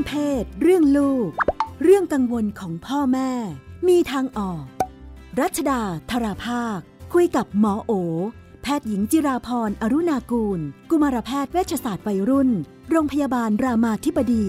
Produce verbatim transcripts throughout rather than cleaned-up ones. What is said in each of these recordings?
เพศเรื่องลูกเรื่องกังวลของพ่อแม่มีทางออกรัชดาธราภาคคุยกับหมอโอแพทย์หญิงจิราพรอรุณากูลกุมารแพทย์เวชศาสตร์วัยรุ่นโรงพยาบาลรามาธิบดี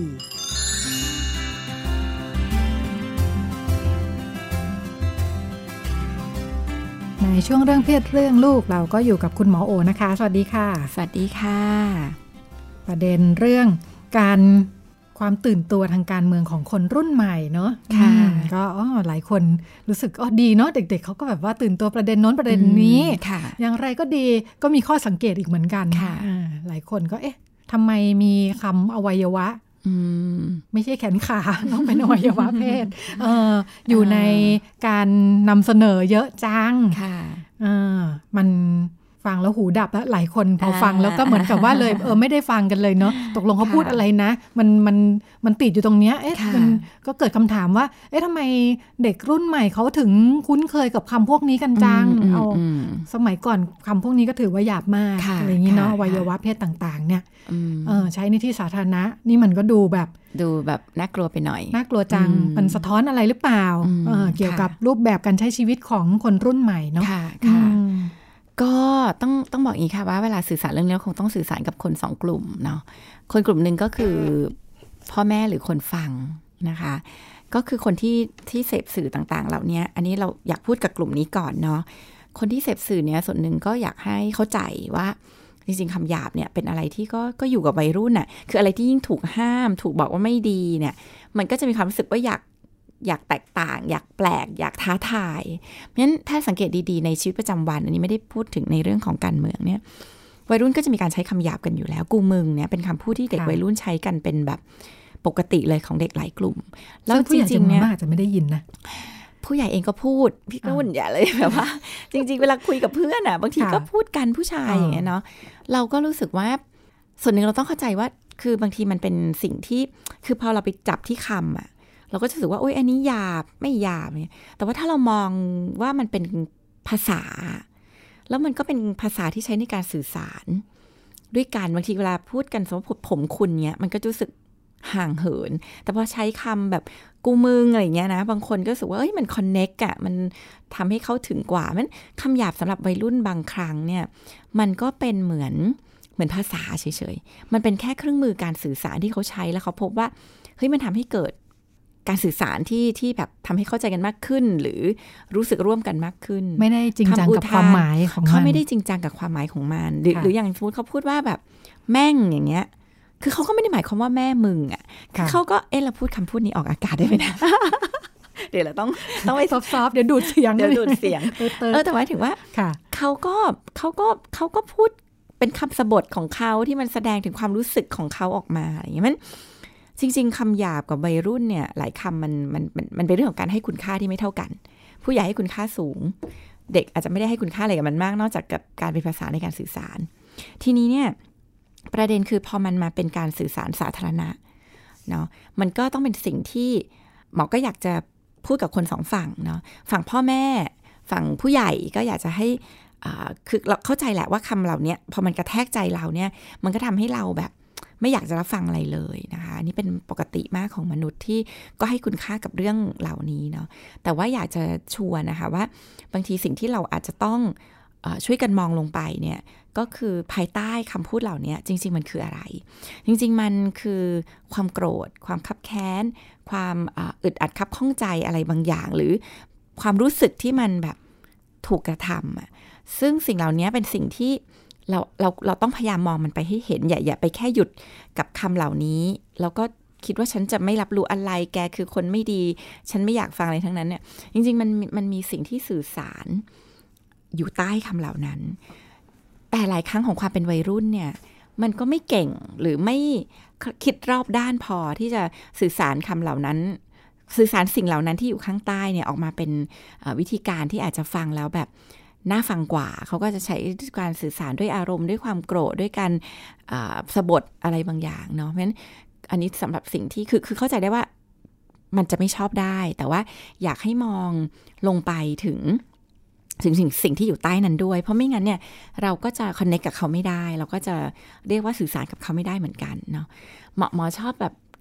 ในช่วงเรื่องเพศเรื่องลูกเราก็อยู่กับคุณหมอโอนะคะสวัสดีค่ะสวัสดีค่ะประเด็นเรื่องการความตื่นตัวทางการเมืองของคนรุ่นใหม่เนาะค่ะก็อ๋อหลายคนรู้สึกอ๋อดีเนาะเด็กๆเขาก็แบบว่าตื่นตัวประเด็นโน้นประเด็นนี้อย่างไรก็ดีก็มีข้อสังเกตอีกเหมือนกันค่ะหลายคนก็เอ๊ะทำไมมีคำอวัยวะไม่ใช่แขนขาต้องเป็นอวัยวะเพศเอออยู่ในการนำเสนอเยอะจังค่ะเออมันฟังแล้วหูดับแล้วหลายคนพอฟังแล้วก็เหมือนกับว่าเลยเออไม่ได้ฟังกันเลยเนาะตกลงเขาพูดอะไรนะมันมันมันติดอยู่ตรงเนี้ยเอ๊ะมันก็เกิดคำถามว่าเอ๊ะทำไมเด็กรุ่นใหม่เขาถึงคุ้นเคยกับคำพวกนี้กันจังเอาสมัยก่อนคำพวกนี้ก็ถือว่าหยาบมากอะไรอย่างนี้เนาะอวัยวะเพศต่างๆเนี่ยเออใช้ในที่สาธารณะนี่มันก็ดูแบบดูแบบน่ากลัวไปหน่อยน่ากลัวจังมันสะท้อนอะไรหรือเปล่าเออเกี่ยวกับรูปแบบการใช้ชีวิตของคนรุ่นใหม่เนาะค่ะค่ะก็ต้องต้องบอกอย่างนี้ค่ะว่าเวลาสื่อสารเรื่องนี้คงต้องสื่อสารกับคนสองกลุ่มเนาะคนกลุ่มหนึ่งก็คือพ่อแม่หรือคนฟังนะคะก็คือคนที่ที่เสพสื่อต่างๆเหล่านี้อันนี้เราอยากพูดกับกลุ่มนี้ก่อนเนาะคนที่เสพสื่อเนี้ยส่วนหนึ่งก็อยากให้เข้าใจว่าจริงๆคำหยาบเนี่ยเป็นอะไรที่ก็ก็อยู่กับวัยรุ่นน่ะคืออะไรที่ยิ่งถูกห้ามถูกบอกว่าไม่ดีเนี่ยมันก็จะมีความรู้สึกว่าอยากอยากแตกต่างอยากแปลกอยากท้าทายเพราะฉะนั้นถ้าสังเกตดีๆในชีวิตประจำวันอันนี้ไม่ได้พูดถึงในเรื่องของการเมืองเนี่ยวัยรุ่นก็จะมีการใช้คำหยาบกันอยู่แล้วกูมึงเนี่ยเป็นคำพูดที่เด็กวัยรุ่นใช้กันเป็นแบบปกติเลยของเด็กหลายกลุ่มแล้วจริงๆเนี่ยอาจจะไม่ได้ยินนะผู้ใหญ่เองก็พูดพี่ก็วุ่นอย่าเลยแบบว่าจริงๆเวลาคุยกับเพื่อนอ่ะบางทีก็พูดกันผู้ชายอย่างเงี้ยเนาะเราก็รู้สึกว่าส่วนหนึ่งเราต้องเข้าใจว่าคือบางทีมันเป็นสิ่งที่คือพอเราไปจับที่คำอ่ะเราก็จะรู้สึกว่าโอ๊ยอันนี้หยาบไม่หยาบเนี่ยแต่ว่าถ้าเรามองว่ามันเป็นภาษาแล้วมันก็เป็นภาษาที่ใช้ในการสื่อสารด้วยกันบางทีเวลาพูดกันสมมติผมคุณเนี่ยมันก็รู้สึกห่างเหินแต่พอใช้คำแบบกูมึงอะไรเงี้ยนะบางคนก็รู้สึกว่าเอ้ยมันคอนเนคอะมันทำให้เข้าถึงกว่ามันคำหยาบสำหรับวัยรุ่นบางครั้งเนี่ยมันก็เป็นเหมือนเหมือนภาษาเฉยๆมันเป็นแค่เครื่องมือการสื่อสารที่เขาใช้แล้วเขาพบว่าเฮ้ยมันทำให้เกิดการสื่อสารที่ที่แบบทำให้เข้าใจกันมากขึ้นหรือรู้สึกร่วมกันมากขึ้นไม่ได้จริงจังกับความหมายของมันเขาไม่ได้จริงจังกับความหมายของมันหรือหรืออย่างสมมติเขาพูดว่าแบบแม่งอย่างเงี้ยคือเขาก็ไม่ได้หมายความว่าแม่มึงอ่ะเขาก็เออเราพูดคำพูดนี้ออกอากาศได้ไหมนะ เดี๋ยวเราต้องต้องไปซอฟๆเดี๋ยวดูดเสียงเดี๋ยวดูดเสียงเออแต่หมายถึงว่าเขาก็เขาก็เขาก็พูดเป็นคำสบทของเขาที่มันแสดงถึงความรู้สึกของเขาออกมาอย่างเงี้ยมันจริงๆคำหยาบกับวัยรุ่นเนี่ยหลายคำมันมันมันมันเป็นเรื่องของการให้คุณค่าที่ไม่เท่ากันผู้ใหญ่ให้คุณค่าสูงเด็กอาจจะไม่ได้ให้คุณค่าอะไรกับมันมากนอกจากกับการเป็นภาษาในการสื่อสารทีนี้เนี่ยประเด็นคือพอมันมาเป็นการสื่อสารสาธารณะเนาะมันก็ต้องเป็นสิ่งที่หมอก็อยากจะพูดกับคนสองฝั่งเนาะฝั่งพ่อแม่ฝั่งผู้ใหญ่ก็อยากจะให้อ่าคือเราเข้าใจแหละว่าคำเหล่านี้พอมันกระแทกใจเราเนี่ยมันก็ทำให้เราแบบไม่อยากจะรับฟังอะไรเลยนะคะนี่เป็นปกติมากของมนุษย์ที่ก็ให้คุณค่ากับเรื่องเหล่านี้เนาะแต่ว่าอยากจะชวนนะคะว่าบางทีสิ่งที่เราอาจจะต้องเอ่อช่วยกันมองลงไปเนี่ยก็คือภายใต้คำพูดเหล่านี้จริงๆมันคืออะไรจริงๆมันคือความโกรธความคับแค้นความอึดอัดคับข้องใจอะไรบางอย่างหรือความรู้สึกที่มันแบบถูกกระทำอ่ะซึ่งสิ่งเหล่านี้เป็นสิ่งที่เราเราเราต้องพยายามมองมันไปให้เห็นอย่าอย่าไปแค่หยุดกับคำเหล่านี้แล้วก็คิดว่าฉันจะไม่รับรู้อะไรแกคือคนไม่ดีฉันไม่อยากฟังอะไรทั้งนั้นเนี่ยจริงๆมันมันมีสิ่งที่สื่อสารอยู่ใต้คำเหล่านั้นแต่หลายครั้งของความเป็นวัยรุ่นเนี่ยมันก็ไม่เก่งหรือไม่คิดรอบด้านพอที่จะสื่อสารคำเหล่านั้นสื่อสารสิ่งเหล่านั้นที่อยู่ข้างใต้เนี่ยออกมาเป็นวิธีการที่อาจจะฟังแล้วแบบน่าฟังกว่าเขาก็จะใช้การสื่อสารด้วยอารมณ์ด้วยความโกรธด้วยการสะบทอะไรบางอย่างเนาะเพราะฉะนั้นอันนี้สำหรับสิ่งที่คือคือเข้าใจได้ว่ามันจะไม่ชอบได้แต่ว่าอยากให้มองลงไปถึงถึงสิ่งสิ่งที่อยู่ใต้นั้นด้วยเพราะไม่งั้นเนี่ยเราก็จะคอนเนคกับเขาไม่ได้เราก็จะเรียกว่าสื่อสารกับเขาไม่ได้เหมือนกันเนาะหมอหมอชอบแบบ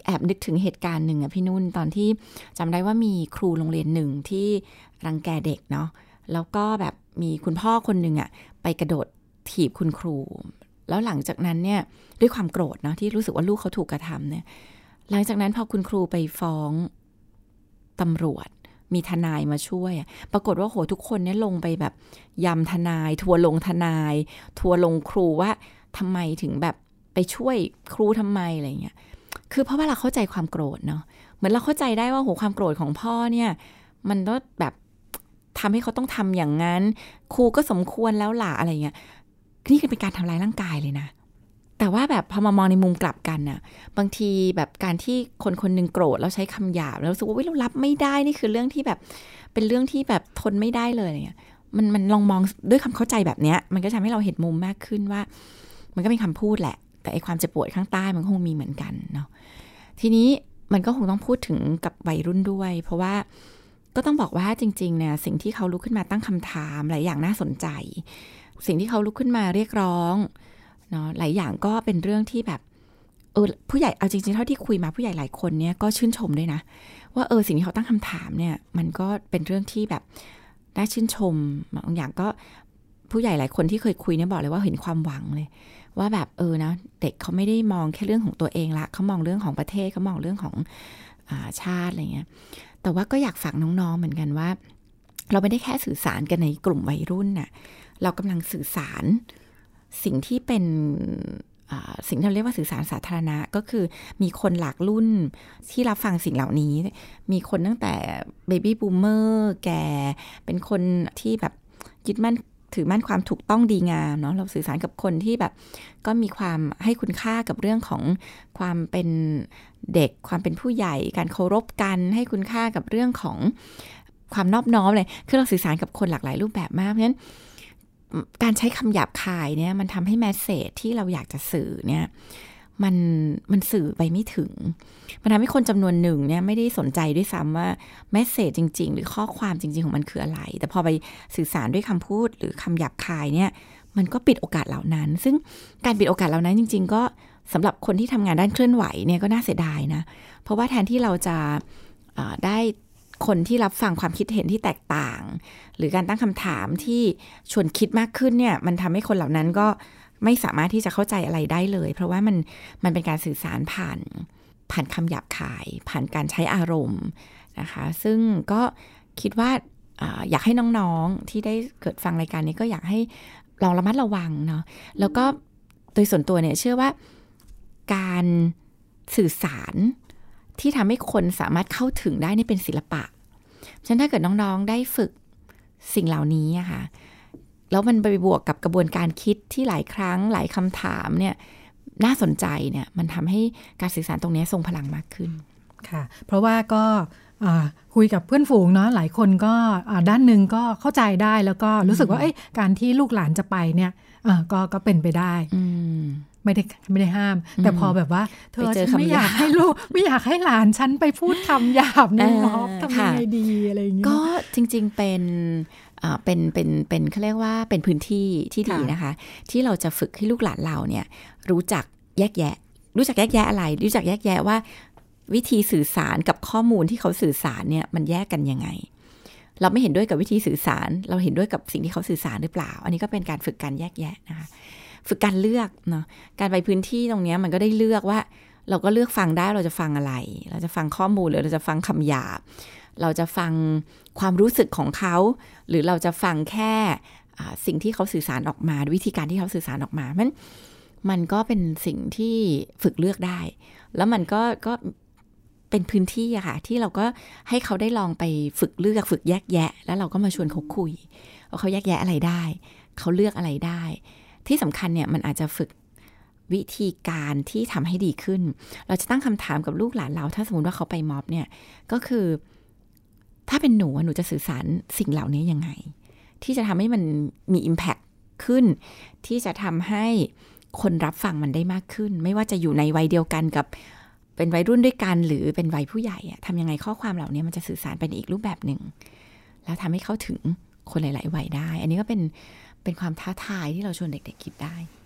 แอบนึกถึงเหตุการณ์หนึ่งอะพี่นุ่นตอนที่จำได้ว่ามีครูโรงเรียนหนึ่งที่รังแกเด็กเนาะแล้วก็แบบมีคุณพ่อคนหนึ่งอะไปกระโดดถีบคุณครูแล้วหลังจากนั้นเนี่ยด้วยความโกรธเนาะที่รู้สึกว่าลูกเขาถูกกระทำเนี่ยหลังจากนั้นพอคุณครูไปฟ้องตำรวจมีทนายมาช่วยปรากฏว่าโหทุกคนเนี่ยลงไปแบบยำทนายทัวลงทนายทัวลงครูว่าทำไมถึงแบบไปช่วยครูทำไมอะไรเงี้ยคือเพราะว่าเราเข้าใจความโกรธเนาะเหมือนเราเข้าใจได้ว่าโหความโกรธของพ่อเนี่ยมันก็แบบทำให้เขาต้องทำอย่างนั้นครูก็สมควรแล้วล่ะอะไรเงี้ยนี่คือเป็นการทำร้ายร่างกายเลยนะแต่ว่าแบบพอมามองในมุมกลับกันน่ะบางทีแบบการที่คนคนนึงโกรธแล้วใช้คำหยาบแล้วรู้สึกว่าเรารับไม่ได้นี่คือเรื่องที่แบบเป็นเรื่องที่แบบทนไม่ได้เลยอะไรเงี้ยมันมันลองมองด้วยความเข้าใจแบบเนี้ยมันก็ทำให้เราเห็นมุมมากขึ้นว่ามันก็เป็นคำพูดแหละแต่ไอความเจ็บปวดข้างใต้มันคงมีเหมือนกันเนาะทีนี้มันก็คงต้องพูดถึงกับวัยรุ่นด้วยเพราะว่าก็ต้องบอกว่าจริงๆเนี่ยสิ่งที่เขาลุกขึ้นมาตั้งคำถามหลายอย่างน่าสนใจสิ่งที่เขาลุกขึ้นมาเรียกร้องเนาะหลายอย่างก็เป็นเรื่องที่แบบเออผู้ใหญ่เอาจริงๆเท่าที่คุยมาผู้ใหญ่หลายคนเนี่ยก็ชื่นชมด้วยนะว่าเออสิ่งที่เขาตั้งคำถามเนี่ยมันก็เป็นเรื่องที่แบบน่าชื่นชมบางอย่างก็ผู้ใหญ่หลายคนที่เคยคุยเนี่ยบอกเลยว่าเห็นความหวังเลยว่าแบบเออนะเด็กเขาไม่ได้มองแค่เรื่องของตัวเองละเขามองเรื่องของประเทศเขามองเรื่องของอ่าชาติอะไรเงี้ยแต่ว่าก็อยากฝากน้องๆเหมือนกันว่าเราไม่ได้แค่สื่อสารกันในกลุ่มวัยรุ่นน่ะเรากำลังสื่อสารสิ่งที่เป็นสิ่งที่เราเรียกว่าสื่อสารสาธารณะก็คือมีคนหลากรุ่นที่รับฟังสิ่งเหล่านี้มีคนตั้งแต่เบบี้บูมเมอร์แก่เป็นคนที่แบบยึดมั่นถือมั่นความถูกต้องดีงามเนาะเราสื่อสารกับคนที่แบบก็มีความให้คุณค่ากับเรื่องของความเป็นเด็กความเป็นผู้ใหญ่การเคารพกันให้คุณค่ากับเรื่องของความนอบน้อมเลยคือเราสื่อสารกับคนหลากหลายรูปแบบมากเพราะฉะนั้นการใช้คำหยาบคายเนี่ยมันทำให้แมสเสจที่เราอยากจะสื่อเนี่ยมันมันสื่อไปไม่ถึงมันทำให้คนจำนวนหนึ่งเนี่ยไม่ได้สนใจด้วยซ้ำว่าแมสเสจจริงๆหรือข้อความจริงๆของมันคืออะไรแต่พอไปสื่อสารด้วยคำพูดหรือคำหยาบคายเนี่ยมันก็ปิดโอกาสเหล่านั้นซึ่งการปิดโอกาสเหล่านั้นจริงๆก็สำหรับคนที่ทำงานด้านเคลื่อนไหวเนี่ยก็น่าเสียดายนะเพราะว่าแทนที่เราจะได้คนที่รับฟังความคิดเห็นที่แตกต่างหรือการตั้งคำถามที่ชวนคิดมากขึ้นเนี่ยมันทำให้คนเหล่านั้นก็ไม่สามารถที่จะเข้าใจอะไรได้เลยเพราะว่ามันมันเป็นการสื่อสารผ่านผ่านคำหยาบคายผ่านการใช้อารมณ์นะคะซึ่งก็คิดว่า อ, อยากให้น้องๆที่ได้เกิดฟังรายการนี้ก็อยากให้ลองระมัดระวังเนาะแล้วก็โดยส่วนตัวเนี่ยเชื่อว่าการสื่อสารที่ทำให้คนสามารถเข้าถึงได้นี่เป็นศิลปะฉะนั้นถ้าเกิดน้องๆได้ฝึกสิ่งเหล่านี้อะค่ะแล้วมันไปบวกกับกระบวนการคิดที่หลายครั้งหลายคำถามเนี่ยน่าสนใจเนี่ยมันทำให้การสื่อสารตรงนี้ทรงพลังมากขึ้นค่ะเพราะว่าก็คุยกับเพื่อนฝูงเนาะหลายคนก็ด้านหนึ่งก็เข้าใจได้แล้วก็รู้สึกว่าเอ้ยการที่ลูกหลานจะไปเนี่ยก็ก็เป็นไปได้ไม่ได้ไม่ได้ห้ามแต่พอแบบว่าเธอฉันไม่อยากให้ลูกไม่อยากให้หลานฉันไปพูดคำหยาบในม็อบทำยังไงดีอะไรอย่างเงี้ยก็จริงๆเป็นเป็นเป็นเป็นเขาเรียกว่าเป็นพื้นที่ที่ดีนะคะที่เราจะฝึกให้ลูกหลานเราเนี่ยรู้จักแยกแยะรู้จักแยกแยะอะไรรู้จักแยกแยะว่าวิธีสื่อสารกับข้อมูลที่เขาสื่อสารเนี่ยมันแยกกันยังไงเราไม่เห็นด้วยกับวิธีสื่อสารเราเห็นด้วยกับสิ่งที่เขาสื่อสารหรือเปล่าอันนี้ก็เป็นการฝึกการแยกแยะนะคะฝึกการเลือกเนาะการไปพื้นที่ตรงนี้มันก็ได้เลือกว่าเราก็เลือกฟังได้เราจะฟังอะไรเราจะฟังข้อมูลหรือเราจะฟังคำหยาบเราจะฟังความรู้สึกของเขาหรือเราจะฟังแค่สิ่งที่เขาสื่อสารออกมาวิธีการที่เขาสื่อสารออกมามันมันก็เป็นสิ่งที่ฝึกเลือกได้แล้วมันก็ก็เป็นพื้นที่อะค่ะที่เราก็ให้เขาได้ลองไปฝึกเลือกฝึกแยกแยะแล้วเราก็มาชวนเขาคุยว่าเขาแยกแยะอะไรได้เขาเลือกอะไรได้ที่สำคัญเนี่ยมันอาจจะฝึกวิธีการที่ทำให้ดีขึ้นเราจะตั้งคำถามกับลูกหลานเราถ้าสมมติว่าเขาไปม็อบเนี่ยก็คือถ้าเป็นหนูหนูจะสื่อสารสิ่งเหล่านี้ยังไงที่จะทำให้มันมี impact ขึ้นที่จะทำให้คนรับฟังมันได้มากขึ้นไม่ว่าจะอยู่ในวัยเดียวกันกับเป็นวัยรุ่นด้วยกันหรือเป็นวัยผู้ใหญ่อะทำยังไงข้อความเหล่านี้มันจะสื่อสารไปในอีกรูปแบบหนึ่งแล้วทำให้เข้าถึงคนหลายๆวัยได้อันนี้ก็เป็นเป็นความท้าทายที่เราชวนเด็กๆคิดได้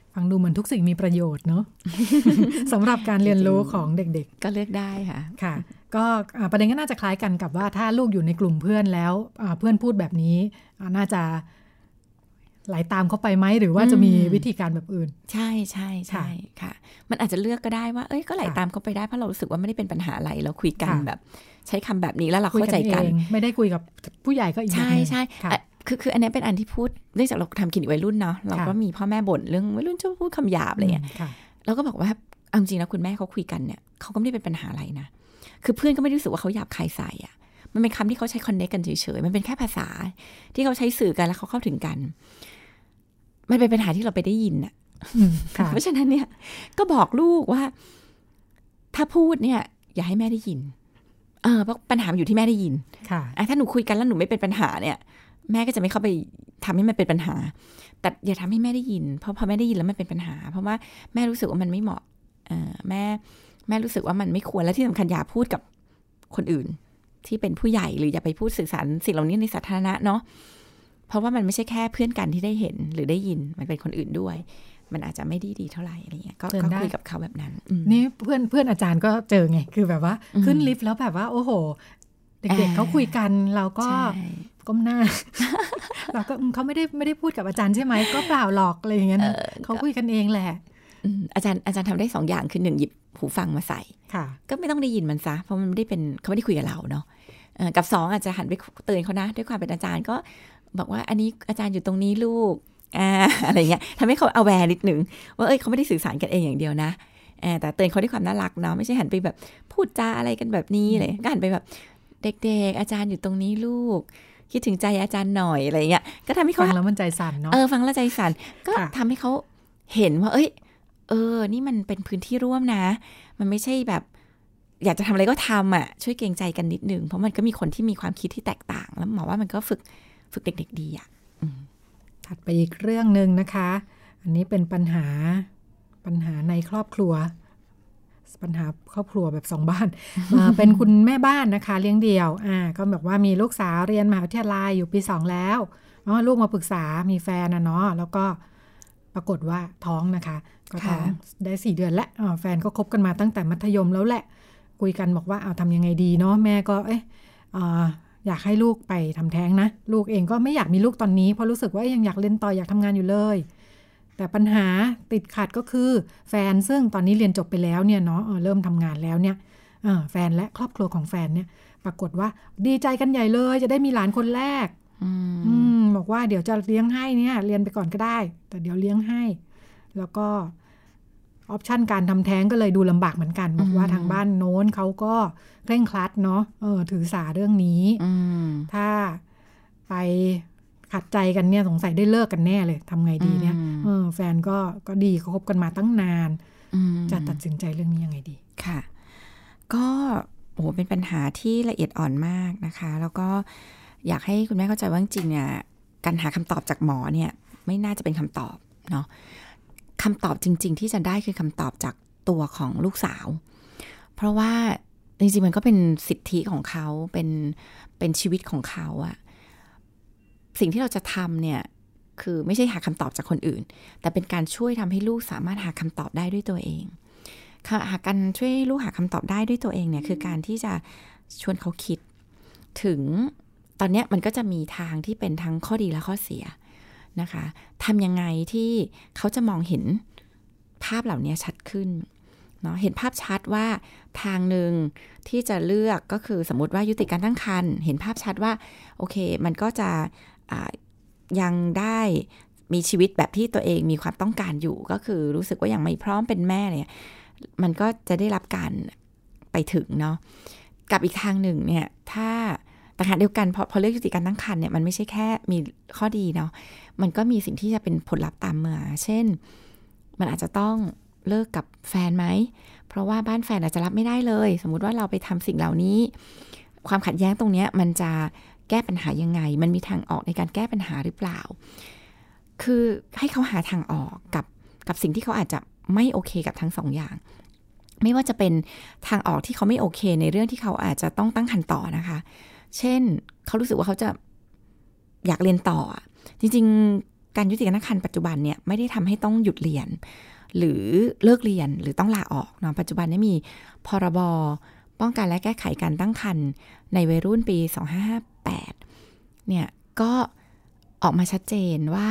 ฟังดูเหมือนทุกสิ่งมีประโยชน์เนาะ สำหรับการเรียนรู้ของเด็กๆก็เลือกได้ค่ะค่ะก็ประเด็นก็น่าจะคล้ายกันกับว่าถ้าลูกอยู่ในกลุ่มเพื่อนแล้วเพื่อนพูดแบบนี้น่าจะไหลตามเข้าไปไหมหรือว่าจะมีวิธีการแบบอื่นใช่ใช่ใช่ค่ะมันอาจจะเลือกก็ได้ว่าเอ้ยก็ไหลตามเข้าไปได้เพราะเรารู้สึกว่าไม่ได้เป็นปัญหาอะไรเราคุยกันแบบใช้คำแบบนี้แล้วเราเข้าใจกันไม่ได้คุยกับผู้ใหญ่ก็อีกใช่ใช่คือคืออันนี้เป็นอันที่พูดเนื่องจากเราทำคลินิกวัยรุ่นเนาะเราก็มีพ่อแม่บ่นเรื่องวัยรุ่นชอบพูดคำหยาบอะไรเงี้ยเราก็บอกว่าเอาจริงนะคุณแม่เขาคุยกันเนี่ยเขาก็ไม่ได้เป็นปัญหาอะไรนะคือเพื่อนก็ไม่รู้สึกว่าเขาหยาบคายใส่อ่ะมันเป็นคำที่เขาใช้คอนเนคกันเฉยๆมันเป็นแค่ภาษาที่เขาใช้สื่อกันแล้วเขาเข้าถึงกันมันเป็นปัญหาที่เราไปได้ยินอ่ะเพราะฉะนั้นเนี่ยก็บอกลูกว่าถ้าพูดเนี่ยอย่าให้แม่ได้ยินเออเพราะปัญหาอยู่ที่แม่ได้ยินค่ะถ้าหนูคุยกันแล้วหนูไม่เป็นปัญหาเนี่ยแม่ก็จะไม่เข้าไปทำให้มันเป็นปัญหาแต่อย่าทำให้แม่ได้ยินเพราะพอแม่ได้ยินแล้วมันเป็นปัญหาเพราะว่าแม่รู้สึกว่ามันไม่เหมาะเออแม่แม่รู้สึกว่ามันไม่ควรและที่สำคัญอย่าพูดกับคนอื่นที่เป็นผู้ใหญ่หรืออย่าไปพูดสื่อสารสิ่งเหล่านี้ในสาธารณะเนาะเพราะว่ามันไม่ใช่แค่เพื่อนกันที่ได้เห็นหรือได้ยินมันเป็นคนอื่นด้วยมันอาจจะไม่ดีดีเท่าไหร่อะไรเงี้ยก็คุยกับเขาแบบนั้นนี่เพื่อนเพื่อนอาจารย์ก็เจอไงคือแบบว่าขึ้นลิฟต์แล้วแบบว่าโอ้โหเด็กๆเขาคุยกันเราก็ก้มหน้าเราก็เขาไม่ได้ไม่ได้พูดกับอาจารย์ใช่ไหมก็เปล่าหรอกอะไรอย่างเงี้ยเขาคุยกันเองแหละอาจารย์อาจารย์ทำได้สองอย่างคือหนึ่งหยิบหูฟังมาใส่ก็ไม่ต้องได้ยินมันซะเพราะมันไม่ได้เป็นเขาไม่ได้คุยกับเราเนาะกับสองอาจจะหันไปเตือนเขานะด้วยความเป็นอาจารย์ก็บอกว่าอันนี้อาจารย์อยู่ตรงนี้ลูกอ่าอะไรเงี้ยทำให้เขาเอาแวร์นิดนึงว่าเอ้ยเขาไม่ได้สื่อสารกันเองอย่างเดียวนะแต่เตือนเขาด้วยความน่ารักเนาะไม่ใช่หันไปแบบพูดจาอะไรกันแบบนี้เลยก็หันไปแบบเด็กๆอาจารย์อยู่ตรงนี้ลูกคิดถึงใจอาจารย์หน่อยอะไรเงี้ยก็ทำให้เขาฟังแล้วมันใจสั่นเนาะเออฟังแล้วใจสั่นก็ทำให้เขาเห็นว่าเอ้ยเออนี่มันเป็นพื้นที่ร่วมนะมันไม่ใช่แบบอยากจะทำอะไรก็ทำอ่ะช่วยเกรงใจกันนิดนึงเพราะมันก็มีคนที่มีความคิดที่แตกต่างแล้วหมอว่ามันก็ฝึกฝึกเด็กๆดีอ่ะถัดไปอีกเรื่องนึงนะคะอันนี้เป็นปัญหาปัญหาในครอบครัวปัญหาครอบครัวแบบสองบ้าน เป็นคุณแม่บ้านนะคะเลี้ยงเดี่ยวอ่าก็แบบว่ามีลูกสาวเรียนมหาวิทยาลัยอยู่ปีสองแล้วอ๋อลูกมาปรึกษามีแฟนนะเนาะแล้วก็ปรากฏว่าท้องนะคะก็ท้องได้สี่เดือนแล้วอ๋อแฟนก็คบกันมาตั้งแต่มัธยมแล้วแหละคุยกันบอกว่าเอาทำยังไงดีเนาะแม่ก็เอ๊ะอยากให้ลูกไปทำแท้งนะลูกเองก็ไม่อยากมีลูกตอนนี้เพราะรู้สึกว่ายังอยากเรียนต่ออยากทำงานอยู่เลยแต่ปัญหาติดขัดก็คือแฟนซึ่งตอนนี้เรียนจบไปแล้วเนี่ยเนาะเริ่มทำงานแล้วเนี่ยแฟนและครอบครัวของแฟนเนี่ยปรากฏว่าดีใจกันใหญ่เลยจะได้มีหลานคนแรกอืมบอกว่าเดี๋ยวจะเลี้ยงให้เนี่ยเรียนไปก่อนก็ได้แต่เดี๋ยวเลี้ยงให้แล้วก็ออปชันการทำแท้งก็เลยดูลำบากเหมือนกันบอกว่าทางบ้านโน้นเขาก็เคร่งครัดเนาะเออถือสาเรื่องนี้ถ้าไปขัดใจกันเนี่ยสงสัยได้เลิกกันแน่เลยทำไงดีเนี่ยเออแฟนก็ก็ดีเขาคบกันมาตั้งนานจะตัดสินใจเรื่องนี้ยังไงดีค่ะก็โอ้เป็นปัญหาที่ละเอียดอ่อนมากนะคะแล้วก็อยากให้คุณแม่เข้าใจว่าจริงๆเนี่ยการหาคำตอบจากหมอเนี่ยไม่น่าจะเป็นคำตอบเนาะคำตอบจริงๆที่จะได้คือคำตอบจากตัวของลูกสาวเพราะว่าจริงๆมันก็เป็นสิทธิของเขาเป็นเป็นชีวิตของเขาอะสิ่งที่เราจะทำเนี่ยคือไม่ใช่หาคำตอบจากคนอื่นแต่เป็นการช่วยทำให้ลูกสามารถหาคำตอบได้ด้วยตัวเองหาการช่วยลูกหาคำตอบได้ด้วยตัวเองเนี่ยคือการที่จะชวนเขาคิดถึงตอนนี้มันก็จะมีทางที่เป็นทั้งข้อดีและข้อเสียนะคะทำยังไงที่เขาจะมองเห็นภาพเหล่านี้ชัดขึ้นเนาะเห็นภาพชัดว่าทางหนึ่งที่จะเลือกก็คือสมมติว่ายุติการตั้งครรภ์เห็นภาพชัดว่าโอเคมันก็จะยังได้มีชีวิตแบบที่ตัวเองมีความต้องการอยู่ก็คือรู้สึกว่ายังไม่พร้อมเป็นแม่เนี่ยมันก็จะได้รับการไปถึงเนาะกับอีกทางหนึ่งเนี่ยถ้าแต่ขณะเดียวกันพอพอเลือกยุติการตั้งครรภ์เนี่ยมันไม่ใช่แค่มีข้อดีเนาะมันก็มีสิ่งที่จะเป็นผลลัพธ์ตามมาเช่นมันอาจจะต้องเลิกกับแฟนไหมเพราะว่าบ้านแฟนอาจจะรับไม่ได้เลยสมมุติว่าเราไปทำสิ่งเหล่านี้ความขัดแย้งตรงนี้มันจะแก้ปัญหายังไงมันมีทางออกในการแก้ปัญหาหรือเปล่าคือให้เขาหาทางออกกับกับสิ่งที่เขาอาจจะไม่โอเคกับทั้งสองอย่างไม่ว่าจะเป็นทางออกที่เขาไม่โอเคในเรื่องที่เขาอาจจะต้องตั้งครรภ์ต่อนะคะเช่นเขารู้สึกว่าเขาจะอยากเรียนต่อจริงการยุติการตั้งครรภ์ปัจจุบันเนี่ยไม่ได้ทำให้ต้องหยุดเรียนหรือเลิกเรียนหรือต้องลาออกเนาะปัจจุบันนี้มีพรบป้องกันและแก้ไขการตั้งครรภ์ในวัยรุ่นปีสองพันห้าร้อยห้าสิบแปดเนี่ยก็ออกมาชัดเจนว่า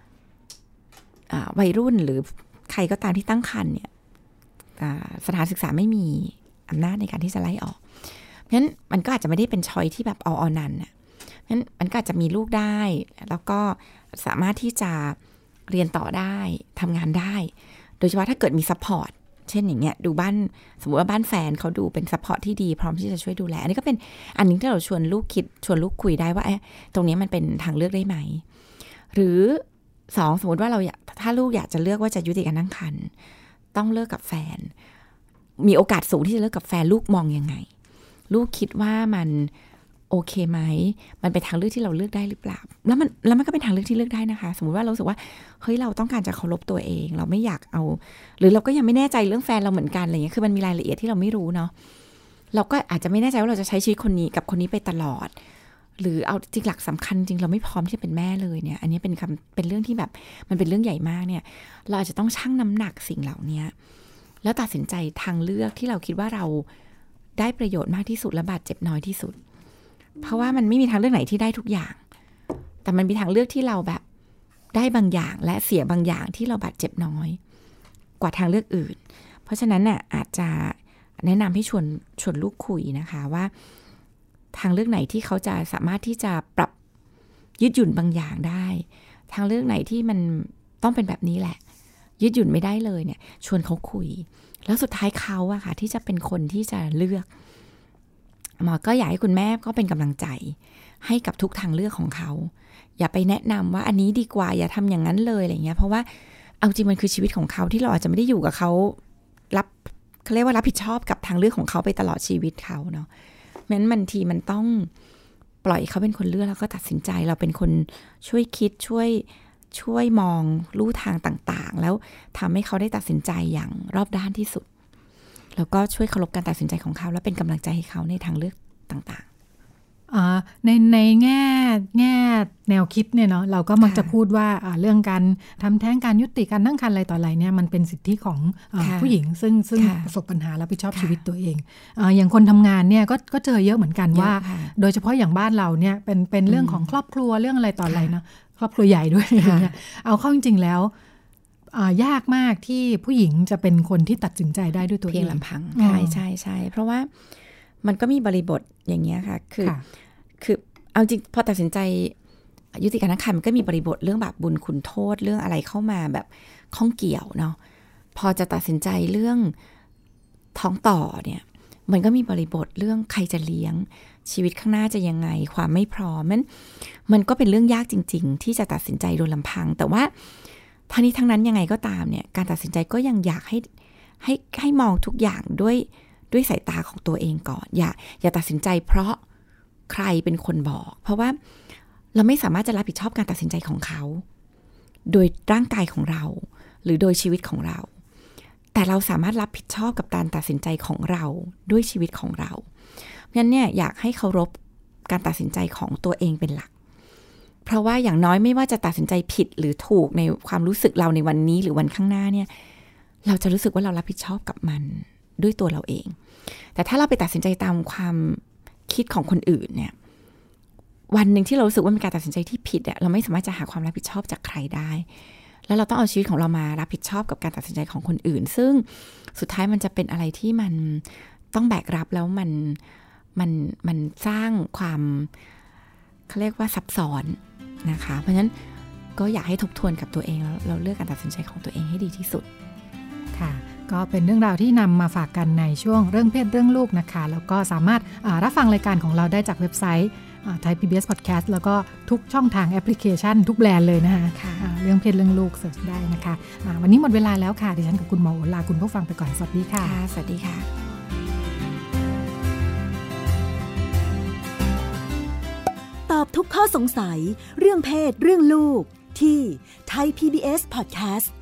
วัยรุ่นหรือใครก็ตามที่ตั้งครรภ์เนี่ยสถานศึกษาไม่มีอำนาจในการที่จะไล่ออกเพราะฉะนั้นมันก็อาจจะไม่ได้เป็นช้อยที่แบบเอาเอานันน่ะเพราะฉะนั้นมันก็อาจจะมีลูกได้แล้วก็สามารถที่จะเรียนต่อได้ทำงานได้โดยเฉพาะถ้าเกิดมีซัพพอร์ตเช่นอย่างเงี้ยดูบ้านสมมติว่าบ้านแฟนเขาดูเป็นซัพพอร์ตที่ดีพร้อมที่จะช่วยดูแลอันนี้ก็เป็นอันนึงที่เราชวนลูกคิดชวนลูกคุยได้ว่าเอ๊ะตรงนี้มันเป็นทางเลือกได้ไหมหรือสองสมมติว่าเราอยากถ้าลูกอยากจะเลือกว่าจะยุติการตั้งครรภ์ต้องเลิกกับแฟนมีโอกาสสูงที่จะเลิกกับแฟนลูกมองยังไงลูกคิดว่ามันโอเคไหมมันเป็นทางเลือกที่เราเลือกได้หรือเปล่าแล้วมันแล้วมันก็เป็นทางเลือกที่เลือกได้นะคะสมมติว่าเรารู้สึกว่าเฮ้ยเราต้องการจะเคารพตัวเองเราไม่อยากเอาหรือเราก็ยังไม่แน่ใจเรื่องแฟนเราเหมือนกันอะไรเงี้ยคือมันมีรายละเอียดที่เราไม่รู้เนาะเราก็อาจจะไม่แน่ใจว่าเราจะใช้ชีวิตคนนี้กับคนนี้ไปตลอดหรือเอาจริงหลักสำคัญจริงเราไม่พร้อมที่จะเป็นแม่เลยเนี่ยอันนี้เป็นคำเป็นเรื่องที่แบบมันเป็นเรื่องใหญ่มากเนี่ยเราอาจจะต้องชั่งน้ำหนักสิ่งเหล่านี้แล้วตัดสินใจทางเลือกที่เราคิดว่าเราได้ประโยชน์มากที่สุดและบาดเจ็บน้อยที่สุดเพราะว่ามันไม่มีทางเลือกไหนที่ได้ทุกอย่างแต่มันมีทางเลือกที่เราแบบได้บางอย่างและเสียบางอย่างที่เราบาดเจ็บน้อยกว่าทางเลือกอื่นเพราะฉะนั้นน่ะอาจจะแนะนำให้ชวนชวนลูกคุยนะคะว่าทางเลือกไหนที่เขาจะสามารถที่จะปรับยืดหยุ่นบางอย่างได้ทางเลือกไหนที่มันต้องเป็นแบบนี้แหละยืดหยุ่นไม่ได้เลยเนี่ยชวนเขาคุยแล้วสุดท้ายเขาอะค่ะที่จะเป็นคนที่จะเลือกหมอก็อยากให้คุณแม่ก็เป็นกำลังใจให้กับทุกทางเลือกของเขาอย่าไปแนะนำว่าอันนี้ดีกว่าอย่าทำอย่างนั้นเลยอะไรเงี้ยเพราะว่าเอาจริงมันคือชีวิตของเขาที่เราอาจจะไม่ได้อยู่กับเขารับเขาเรียกว่ารับผิดชอบกับทางเลือกของเขาไปตลอดชีวิตเขาเนาะงั้นบางทีมันต้องปล่อยเขาเป็นคนเลือกแล้วก็ตัดสินใจเราเป็นคนช่วยคิดช่วยช่วยมองลู่ทางต่างๆแล้วทำให้เขาได้ตัดสินใจอย่างรอบด้านที่สุดแล้วก็ช่วยเคารพการตัดสินใจของเขาและเป็นกำลังใจให้เขาในทางเลือกต่างๆในในแง่แง่แนวคิดเนี่ยเนาะเราก็มักจะพูดว่าเรื่องการทำแท้งการยุติการตั้งครรภ์อะไรต่ออะไรเนี่ยมันเป็นสิทธิของผู้หญิงซึ่งซึ่งประสบปัญหารับผิดชอบชีวิตตัวเองอย่างคนทำงานเนี่ยก็ก็เจอเยอะเหมือนกันว่าโดยเฉพาะอย่างบ้านเราเนี่ยเป็นเป็นเรื่องของครอบครัวเรื่องอะไรต่ออะไรนะครอบครัวใหญ่ด้วยเนี่ยเอาเข้าจริงๆแล้วยากมากที่ผู้หญิงจะเป็นคนที่ตัดสินใจได้ด้วยตัวเองเพียงลำพังใช่ใช่ใช่เพราะว่ามันก็มีบริบทอย่างเงี้ยค่ะคือคือเอาจริงพอตัดสินใจยุติการตั้งครรภ์มันก็มีบริบทเรื่องแบบบุญคุณโทษเรื่องอะไรเข้ามาแบบข้องเกี่ยวเนาะพอจะตัดสินใจเรื่องท้องต่อเนี่ยมันก็มีบริบทเรื่องใครจะเลี้ยงชีวิตข้างหน้าจะยังไงความไม่พร้อมมันมันก็เป็นเรื่องยากจริงๆที่จะตัดสินใจโดยลำพังแต่ว่าทั้งนี้ทั้งนั้นยังไงก็ตามเนี่ยการตัดสินใจก็ยังอยากให้ให้ให้มองทุกอย่างด้วยด้วยสายตาของตัวเองก่อนอย่าอย่าตัดสินใจเพราะใครเป็นคนบอกเพราะว่าเราไม่สามารถจะรับผิดชอบการตัดสินใจของเขาโดยร่างกายของเราหรือโดยชีวิตของเราแต่เราสามารถรับผิดชอบกับการตัดสินใจของเราด้วยชีวิตของเราเพราะฉะนั้นเนี่ยอยากให้เคารพการตัดสินใจของตัวเองเป็นหลักเพราะว่าอย่างน้อยไม่ว่าจะตัดสินใจผิดหรือถูกในความรู้สึกเราในวันนี้หรือวันข้างหน้าเนี่ยเราจะรู้สึกว่าเรารับผิดชอบกับมันด้วยตัวเราเองแต่ถ้าเราไปตัดสินใจตามความคิดของคนอื่นเนี่ยวันหนึ่งที่เรารู้สึกว่าเป็นการตัดสินใจที่ผิดอะเราไม่สามารถจะหาความรับผิดชอบจากใครได้แล้วเราต้องเอาชีวิตของเรามารับผิดชอบกับการตัดสินใจของคนอื่นซึ่งสุดท้ายมันจะเป็นอะไรที่มันต้องแบกรับแล้วมันมันมันสร้างความเขาเรียกว่าซับซ้อนนะคะเพราะฉะนั้นก็อยากให้ทบทวนกับตัวเองแล้วเราเลือกการตัดสินใจของตัวเองให้ดีที่สุดค่ะก็เป็นเรื่องราวที่นำมาฝากกันในช่วงเรื่องเพศเรื่องลูกนะคะแล้วก็สามารถรับฟังรายการของเราได้จากเว็บไซต์ Thai พี บี เอส Podcast แล้วก็ทุกช่องทางแอปพลิเคชันทุกแบรนด์เลยนะคะเรื่องเพศเรื่องลูกเสิร์ชได้นะคะวันนี้หมดเวลาแล้วค่ะดิฉันกับคุณหมอโอลาคุณผู้ฟังไปก่อนสวัสดีค่ะสวัสดีค่ะตอบทุกข้อสงสัยเรื่องเพศเรื่องลูกที่ Thai พี บี เอส Podcast